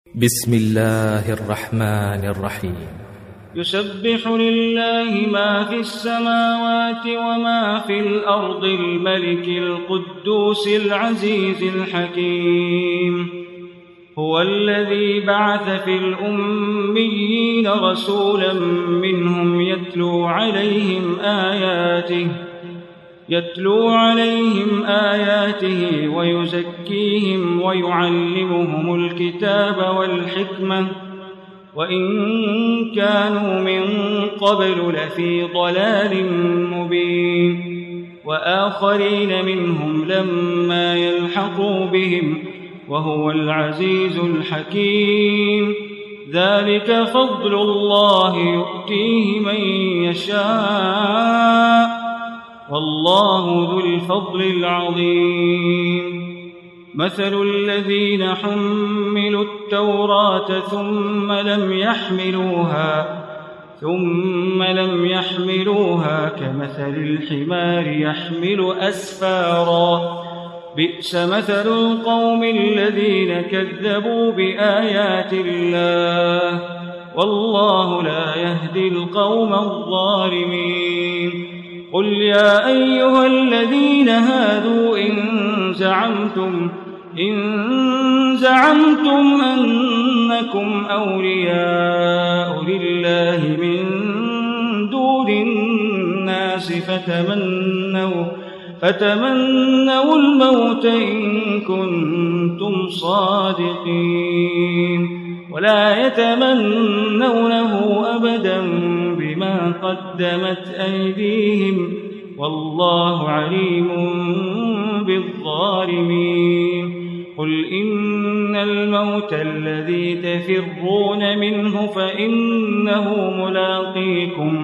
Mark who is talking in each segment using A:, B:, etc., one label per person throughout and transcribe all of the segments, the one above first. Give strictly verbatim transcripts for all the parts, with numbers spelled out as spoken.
A: بسم الله الرحمن الرحيم.
B: يسبح لله ما في السماوات وما في الأرض الملك القدوس العزيز الحكيم. هو الذي بعث في الأميين رسولا منهم يتلو عليهم آياته يتلو عليهم آياته ويزكيهم ويعلمهم الكتاب والحكمة وإن كانوا من قبل لفي ضلال مبين. وآخرين منهم لما يلحقوا بهم وهو العزيز الحكيم. ذلك فضل الله يؤتيه من يشاء والله ذو الفضل العظيم. مثل الذين حملوا التوراة ثم لم يحملوها ثم لم يحملوها كمثل الحمار يحمل أسفارا. بئس مثل القوم الذين كذبوا بآيات الله والله لا يهدي القوم الظالمين. قل يا أيها الذين هادوا إن زعمتم إن زعمتم أنكم أولياء لله من دون الناس فتمنوا فتمنوا الموت إن كنتم صادقين ولا يتمنونه أبدا بما قدمت أيديهم والله عليم بالظالمين. قل إن الموت الذي تفرون منه فإنه ملاقيكم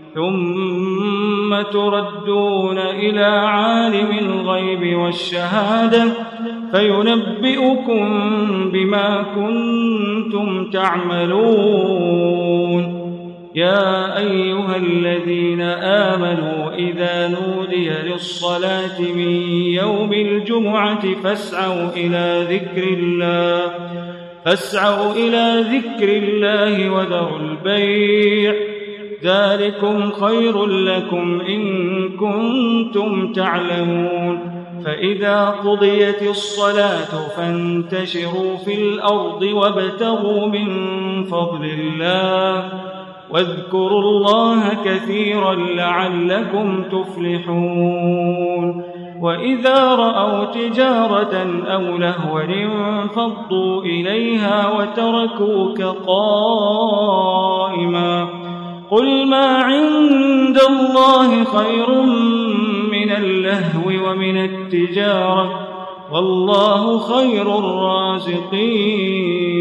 B: ثم تردون إلى عالم الغيب والشهادة فينبئكم بما كنتم تعملون. يا أيها الذين آمنوا إذا نودي للصلاة من يوم الجمعة فاسعوا إلى ذكر الله فاسعوا إلى ذكر الله وذروا البيع ذلكم خير لكم إن كنتم تعلمون. فإذا قضيت الصلاة فانتشروا في الأرض وابتغوا من فضل الله واذكروا الله كثيرا لعلكم تفلحون. وإذا رأوا تجارة أو لهوا انفضوا إليها وتركوك قائما. قل ما عند الله خير من اللهو ومن التجارة والله خير الرازقين.